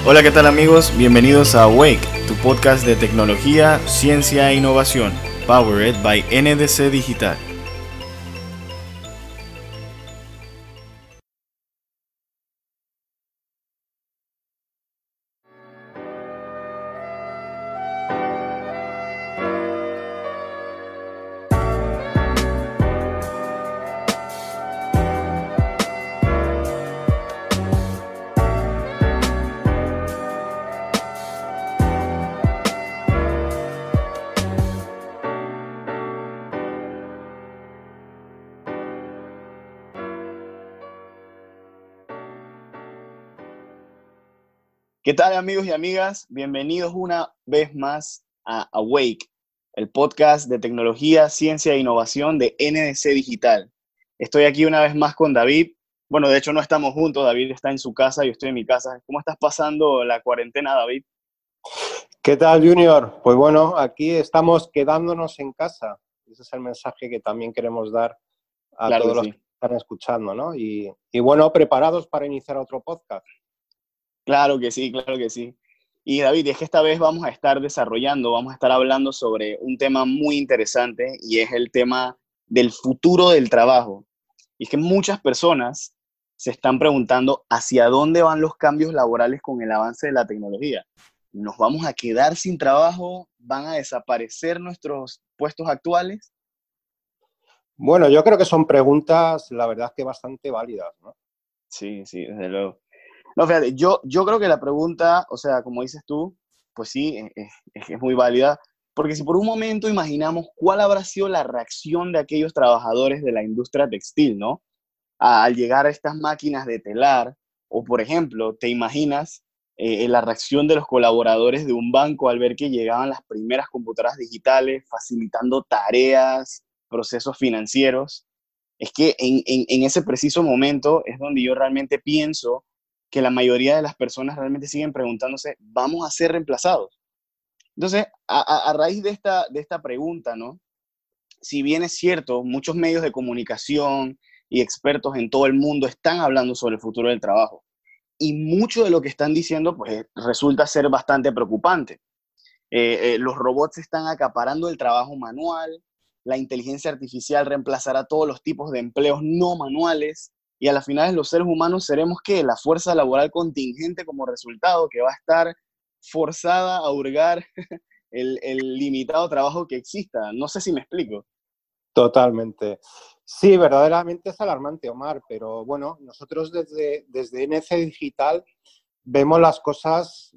Hola, ¿qué tal amigos? Bienvenidos a Awake, tu podcast de tecnología, ciencia e innovación, powered by NDC Digital. ¿Qué tal amigos y amigas? Bienvenidos una vez más a Awake, el podcast de tecnología, ciencia e innovación de NDC Digital. Estoy aquí una vez más con David. Bueno, de hecho no estamos juntos, David está en su casa, yo estoy en mi casa. ¿Cómo estás pasando la cuarentena, David? ¿Qué tal, Junior? Pues bueno, aquí estamos quedándonos en casa. Ese es el mensaje que también queremos dar a Claro que todos los sí. que están escuchando, ¿no? Y bueno, preparados para iniciar otro podcast. Claro que sí, claro que sí. Y David, es que esta vez vamos a estar vamos a estar hablando sobre un tema muy interesante y es el tema del futuro del trabajo. Y es que muchas personas se están preguntando hacia dónde van los cambios laborales con el avance de la tecnología. ¿Nos vamos a quedar sin trabajo? ¿Van a desaparecer nuestros puestos actuales? Bueno, yo creo que son preguntas, la verdad, que bastante válidas, ¿no? Sí, sí, desde luego. No, fíjate, yo creo que la pregunta, o sea, como dices tú, pues sí, es muy válida, porque si por un momento imaginamos cuál habrá sido la reacción de aquellos trabajadores de la industria textil, ¿no? Al llegar a estas máquinas de telar, o por ejemplo, ¿te imaginas la reacción de los colaboradores de un banco al ver que llegaban las primeras computadoras digitales facilitando tareas, procesos financieros? Es que en ese preciso momento es donde yo realmente pienso que la mayoría de las personas realmente siguen preguntándose, ¿vamos a ser reemplazados? Entonces, a raíz de esta pregunta, ¿no? Si bien es cierto, muchos medios de comunicación y expertos en todo el mundo están hablando sobre el futuro del trabajo, y mucho de lo que están diciendo, pues resulta ser bastante preocupante. Los robots están acaparando el trabajo manual, la inteligencia artificial reemplazará todos los tipos de empleos no manuales y a la final los seres humanos seremos ¿qué? La fuerza laboral contingente como resultado que va a estar forzada a hurgar el limitado trabajo que exista. No sé si me explico. Totalmente. Sí, verdaderamente es alarmante, Omar, pero bueno, nosotros desde NC Digital vemos las cosas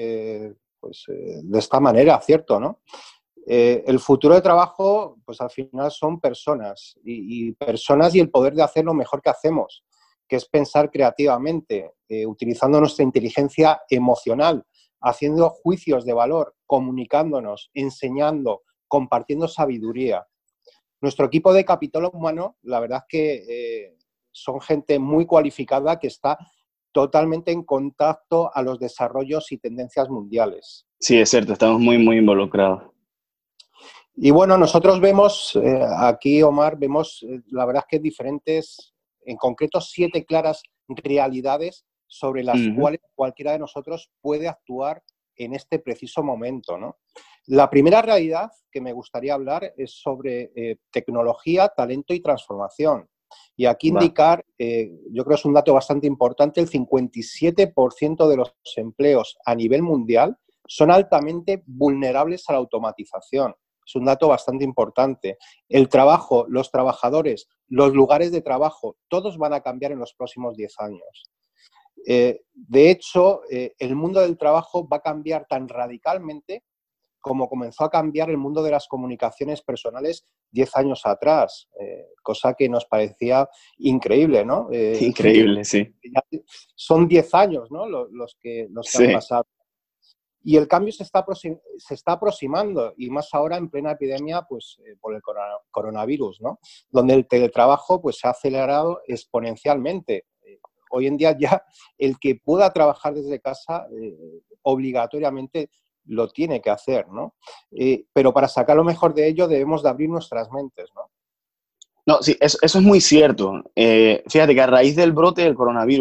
de esta manera, ¿cierto? ¿No? El futuro de trabajo, pues al final son personas y personas y el poder de hacer lo mejor que hacemos, que es pensar creativamente, utilizando nuestra inteligencia emocional, haciendo juicios de valor, comunicándonos, enseñando, compartiendo sabiduría. Nuestro equipo de capital humano, la verdad es que son gente muy cualificada que está totalmente en contacto a los desarrollos y tendencias mundiales. Sí, es cierto, estamos muy involucrados. Y bueno, nosotros vemos aquí, Omar, vemos la verdad es que diferentes, en concreto 7 claras realidades sobre las cuales cualquiera de nosotros puede actuar en este preciso momento, ¿no? La primera realidad que me gustaría hablar es sobre tecnología, talento y transformación. Y aquí indicar, yo creo que es un dato bastante importante, el 57% de los empleos a nivel mundial son altamente vulnerables a la automatización. Es un dato bastante importante. El trabajo, los trabajadores, los lugares de trabajo, todos van a cambiar en los próximos 10 años. De hecho, el mundo del trabajo va a cambiar tan radicalmente como comenzó a cambiar el mundo de las comunicaciones personales 10 años atrás, cosa que nos parecía increíble, ¿no? Increíble, sí. Son 10 años, ¿no? los que Sí. han pasado. Y el cambio se está aproximando, y más ahora en plena epidemia, pues por el coronavirus, ¿no? Donde el teletrabajo pues, se ha acelerado exponencialmente. Hoy en día ya el que pueda trabajar desde casa obligatoriamente lo tiene que hacer, ¿no? Pero para sacar lo mejor de ello debemos de abrir nuestras mentes, ¿no? No, sí, eso es muy cierto. Fíjate que a raíz del brote del coronavirus,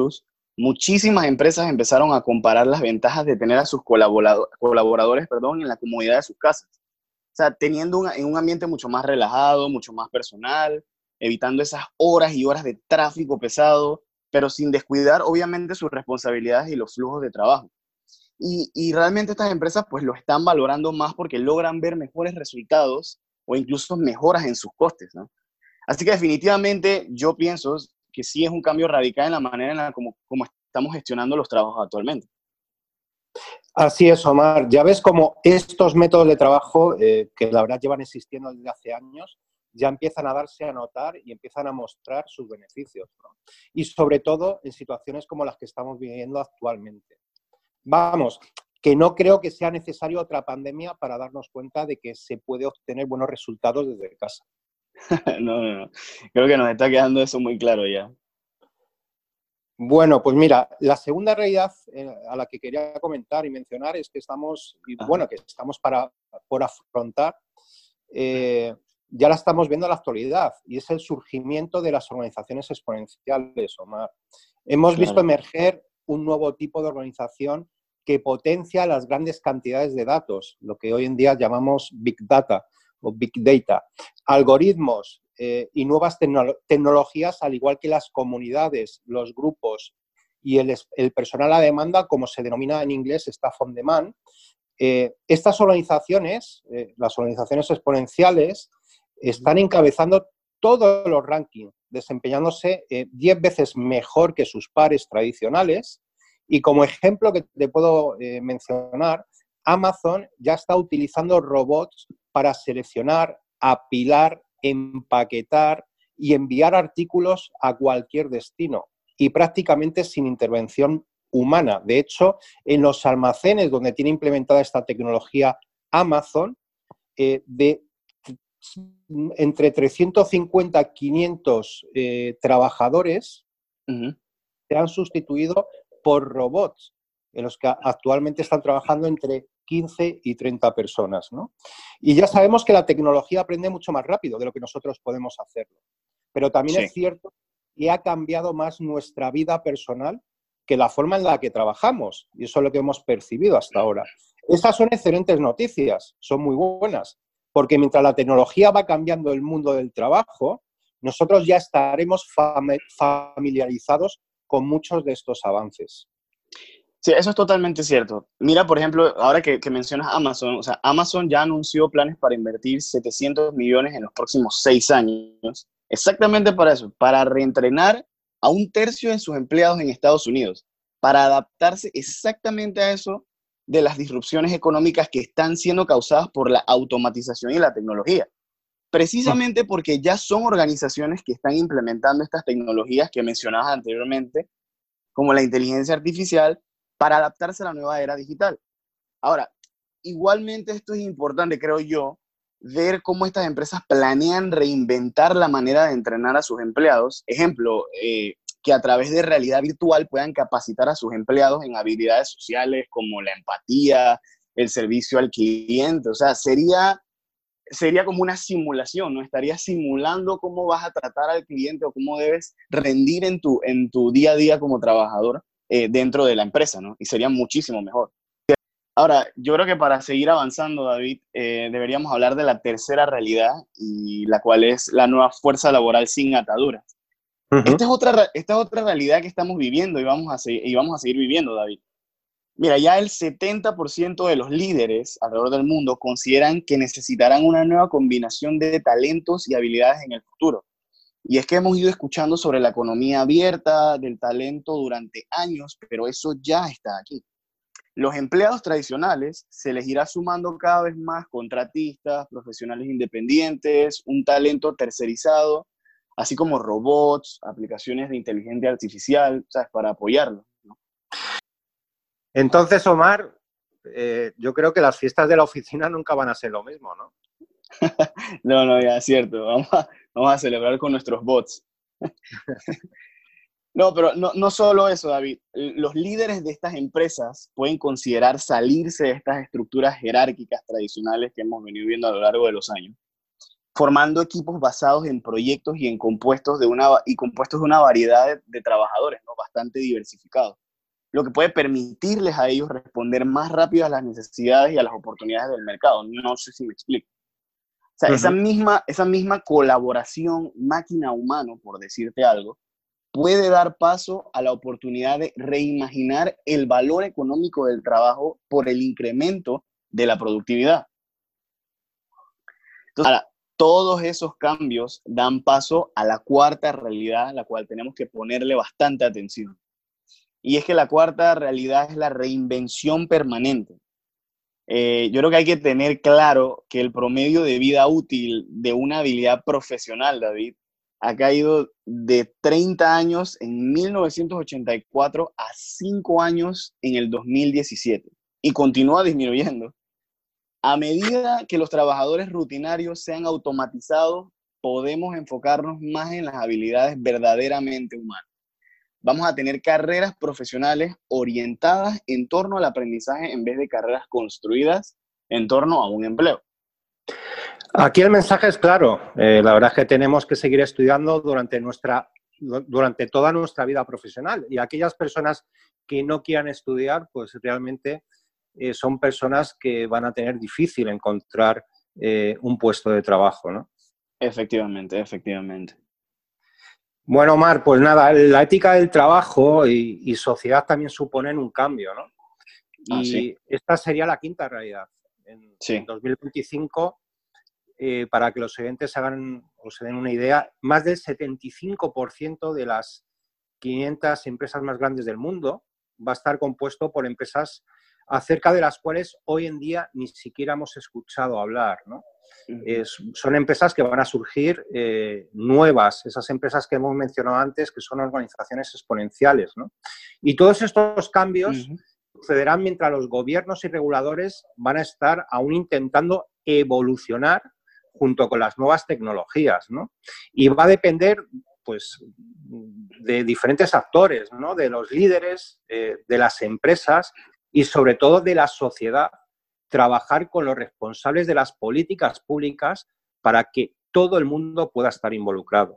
muchísimas empresas empezaron a comparar las ventajas de tener a sus colaboradores, perdón, en la comodidad de sus casas. O sea, teniendo en un ambiente mucho más relajado, mucho más personal, evitando esas horas y horas de tráfico pesado, pero sin descuidar, obviamente, sus responsabilidades y los flujos de trabajo. Y realmente estas empresas pues lo están valorando más porque logran ver mejores resultados o incluso mejoras en sus costes, ¿no? Así que definitivamente yo pienso que sí es un cambio radical en la manera en la como estamos gestionando los trabajos actualmente. Así es, Omar. Ya ves cómo estos métodos de trabajo, que la verdad llevan existiendo desde hace años, ya empiezan a darse a notar y empiezan a mostrar sus beneficios, ¿no? Y sobre todo en situaciones como las que estamos viviendo actualmente. Vamos, que no creo que sea necesario otra pandemia para darnos cuenta de que se puede obtener buenos resultados desde casa. No, no, no. Creo que nos está quedando eso muy claro ya. Bueno, pues mira, la segunda realidad a la que quería comentar y mencionar es que Ajá. por afrontar, ya la estamos viendo en la actualidad, y es el surgimiento de las organizaciones exponenciales, Omar. Hemos visto Claro. emerger un nuevo tipo de organización que potencia las grandes cantidades de datos, lo que hoy en día llamamos Big Data o Big Data, algoritmos y nuevas tecnologías, al igual que las comunidades, los grupos y el personal a demanda, como se denomina en inglés, staff on demand. Estas organizaciones, las organizaciones exponenciales, están encabezando todos los rankings, desempeñándose 10 veces mejor que sus pares tradicionales. Y como ejemplo que te puedo mencionar, Amazon ya está utilizando robots para seleccionar, apilar, empaquetar y enviar artículos a cualquier destino, y prácticamente sin intervención humana. De hecho, en los almacenes donde tiene implementada esta tecnología Amazon, de entre 350 y 500 trabajadores Uh-huh. se han sustituido por robots, en los que actualmente están trabajando entre 15 y 30 personas, ¿no? Y ya sabemos que la tecnología aprende mucho más rápido de lo que nosotros podemos hacerlo. Pero también Sí. es cierto que ha cambiado más nuestra vida personal que la forma en la que trabajamos. Y eso es lo que hemos percibido hasta ahora. Esas son excelentes noticias, son muy buenas, porque mientras la tecnología va cambiando el mundo del trabajo, nosotros ya estaremos familiarizados con muchos de estos avances. Sí, eso es totalmente cierto. Mira, por ejemplo, ahora que mencionas Amazon, o sea, Amazon ya anunció planes para invertir 700 millones en los próximos 6 años, exactamente para eso, para reentrenar a un tercio de sus empleados en Estados Unidos, para adaptarse exactamente a eso de las disrupciones económicas que están siendo causadas por la automatización y la tecnología. Precisamente porque ya son organizaciones que están implementando estas tecnologías que mencionabas anteriormente, como la inteligencia artificial, para adaptarse a la nueva era digital. Ahora, igualmente esto es importante, creo yo, ver cómo estas empresas planean reinventar la manera de entrenar a sus empleados. Ejemplo, que a través de realidad virtual puedan capacitar a sus empleados en habilidades sociales como la empatía, el servicio al cliente. O sea, sería como una simulación, ¿no? Estarías simulando cómo vas a tratar al cliente o cómo debes rendir en tu día a día como trabajador dentro de la empresa, ¿no? Y sería muchísimo mejor. Ahora, yo creo que para seguir avanzando, David, deberíamos hablar de la tercera realidad, y la cual es la nueva fuerza laboral sin ataduras. Esta es otra realidad que estamos viviendo y vamos a seguir viviendo, David. Mira, ya el 70% de los líderes alrededor del mundo consideran que necesitarán una nueva combinación de talentos y habilidades en el futuro. Y es que hemos ido escuchando sobre la economía abierta, del talento durante años, pero eso ya está aquí. Los empleados tradicionales se les irá sumando cada vez más contratistas, profesionales independientes, un talento tercerizado, así como robots, aplicaciones de inteligencia artificial, ¿sabes? Para apoyarlo, ¿no? Entonces, Omar, yo creo que las fiestas de la oficina nunca van a ser lo mismo, ¿no? No, no, ya es cierto. Vamos a celebrar con nuestros bots. No, pero no solo eso, David. Los líderes de estas empresas pueden considerar salirse de estas estructuras jerárquicas tradicionales que hemos venido viendo a lo largo de los años formando equipos basados en proyectos y en compuestos de una variedad de trabajadores, ¿no? Bastante diversificados, lo que puede permitirles a ellos responder más rápido a las necesidades y a las oportunidades del mercado. No sé si me explico. O sea, esa misma colaboración máquina-humano, por decirte algo, puede dar paso a la oportunidad de reimaginar el valor económico del trabajo por el incremento de la productividad. Entonces, ahora, todos esos cambios dan paso a la cuarta realidad, a la cual tenemos que ponerle bastante atención. Y es que la cuarta realidad es la reinvención permanente. Yo creo que hay que tener claro que el promedio de vida útil de una habilidad profesional, David, ha caído de 30 años en 1984 a 5 años en el 2017 y continúa disminuyendo. A medida que los trabajadores rutinarios sean automatizados, podemos enfocarnos más en las habilidades verdaderamente humanas. Vamos a tener carreras profesionales orientadas en torno al aprendizaje en vez de carreras construidas en torno a un empleo. Aquí el mensaje es claro. La verdad es que tenemos que seguir estudiando durante toda nuestra vida profesional. Y aquellas personas que no quieran estudiar, pues realmente son personas que van a tener difícil encontrar un puesto de trabajo, ¿no? Efectivamente, efectivamente. Bueno, Omar, pues nada, la ética del trabajo y sociedad también suponen un cambio, ¿no? Y ¿sí? Esta sería la quinta realidad. En 2025, para que los oyentes se den una idea, más del 75% de las 500 empresas más grandes del mundo va a estar compuesto por empresas acerca de las cuales hoy en día ni siquiera hemos escuchado hablar, ¿no? Son empresas que van a surgir nuevas, esas empresas que hemos mencionado antes, que son organizaciones exponenciales, ¿no? Y todos estos cambios sucederán mientras los gobiernos y reguladores van a estar aún intentando evolucionar junto con las nuevas tecnologías, ¿no? Y va a depender, pues, de diferentes actores, ¿no? De los líderes, de las empresas y sobre todo de la sociedad, trabajar con los responsables de las políticas públicas para que todo el mundo pueda estar involucrado.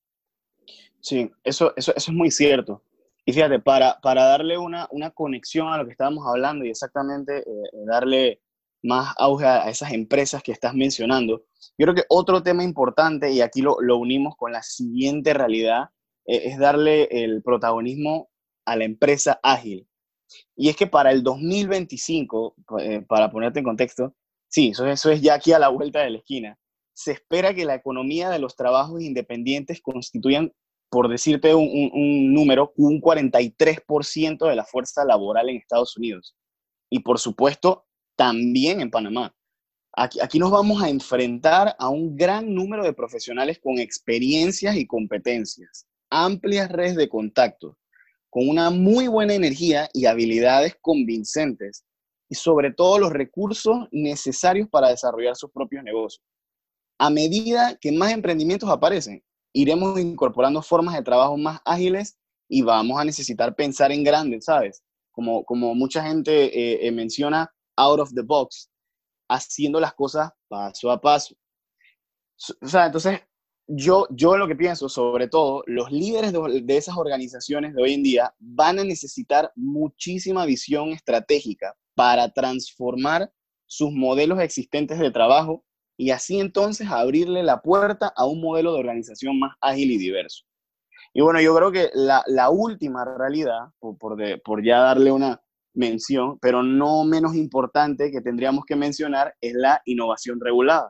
Sí, eso es muy cierto. Y fíjate, para darle una conexión a lo que estábamos hablando y exactamente darle más auge a esas empresas que estás mencionando, yo creo que otro tema importante, y aquí lo unimos con la siguiente realidad, es darle el protagonismo a la empresa ágil. Y es que para el 2025, para ponerte en contexto, sí, eso es ya aquí a la vuelta de la esquina, se espera que la economía de los trabajos independientes constituyan, por decirte un número, un 43% de la fuerza laboral en Estados Unidos. Y por supuesto, también en Panamá. Aquí nos vamos a enfrentar a un gran número de profesionales con experiencias y competencias, amplias redes de contactos, con una muy buena energía y habilidades convincentes, y sobre todo los recursos necesarios para desarrollar sus propios negocios. A medida que más emprendimientos aparecen, iremos incorporando formas de trabajo más ágiles y vamos a necesitar pensar en grande, ¿sabes? Como mucha gente menciona, out of the box, haciendo las cosas paso a paso. O sea, entonces, yo lo que pienso, sobre todo, los líderes de esas organizaciones de hoy en día van a necesitar muchísima visión estratégica para transformar sus modelos existentes de trabajo y así entonces abrirle la puerta a un modelo de organización más ágil y diverso. Y bueno, yo creo que la última realidad, por ya darle una mención, pero no menos importante que tendríamos que mencionar, es la innovación regulada.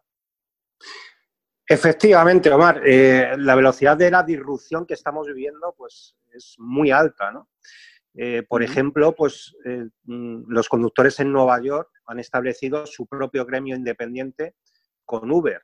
Efectivamente, Omar, la velocidad de la disrupción que estamos viviendo pues, es muy alta, ¿no? Por ejemplo, pues, los conductores en Nueva York han establecido su propio gremio independiente con Uber.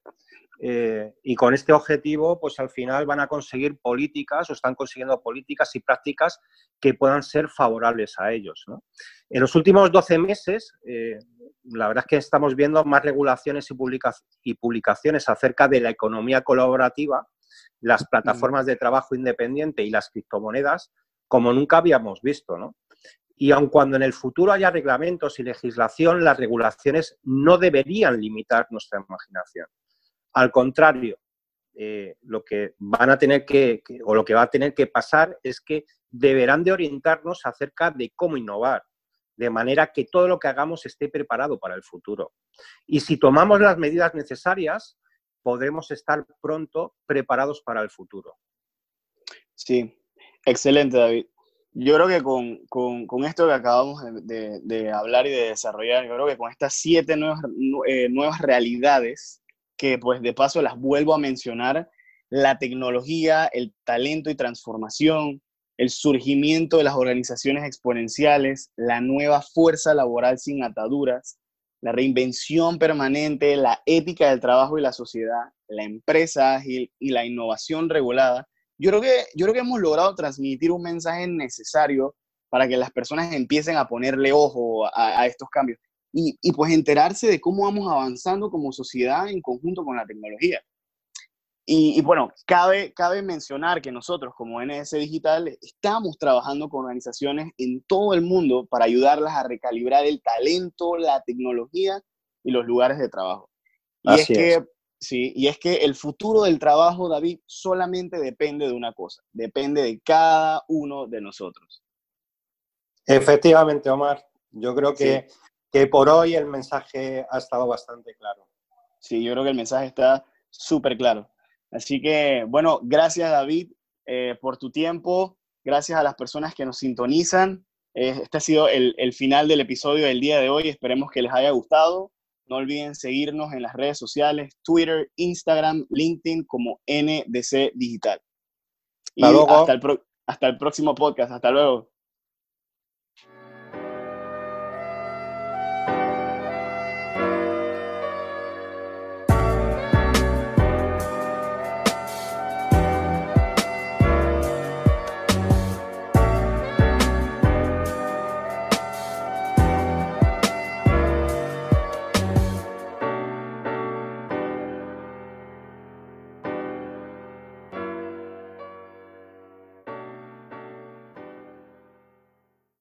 Y con este objetivo, pues al final van a conseguir políticas o están consiguiendo políticas y prácticas que puedan ser favorables a ellos, ¿no? En los últimos 12 meses, la verdad es que estamos viendo más regulaciones y publicaciones acerca de la economía colaborativa, las plataformas de trabajo independiente y las criptomonedas, como nunca habíamos visto, ¿no? Y aun cuando en el futuro haya reglamentos y legislación, las regulaciones no deberían limitar nuestra imaginación. Al contrario, lo que van a tener o lo que va a tener que pasar es que deberán de orientarnos acerca de cómo innovar, de manera que todo lo que hagamos esté preparado para el futuro. Y si tomamos las medidas necesarias, podremos estar pronto preparados para el futuro. Sí, excelente, David. Yo creo que con esto que acabamos de hablar y de desarrollar, yo creo que con estas 7 nuevas realidades, que pues de paso las vuelvo a mencionar, la tecnología, el talento y transformación, el surgimiento de las organizaciones exponenciales, la nueva fuerza laboral sin ataduras, la reinvención permanente, la ética del trabajo y la sociedad, la empresa ágil y la innovación regulada. Yo creo que hemos logrado transmitir un mensaje necesario para que las personas empiecen a ponerle ojo a estos cambios y pues enterarse de cómo vamos avanzando como sociedad en conjunto con la tecnología. Y bueno, cabe mencionar que nosotros como NS Digital estamos trabajando con organizaciones en todo el mundo para ayudarlas a recalibrar el talento, la tecnología y los lugares de trabajo. Y es Así es. que, sí, y es que el futuro del trabajo, David, solamente depende de una cosa, depende de cada uno de nosotros. Efectivamente, Omar. Yo creo Sí, que por hoy el mensaje ha estado bastante claro. sí, yo creo que el mensaje está súper claro. Así que, bueno, gracias, David, por tu tiempo, gracias a las personas que nos sintonizan. Este ha sido el final del episodio del día de hoy, esperemos que les haya gustado. No olviden seguirnos en las redes sociales, Twitter, Instagram, LinkedIn como NDC Digital. Hasta Y luego. hasta el próximo podcast. Hasta luego.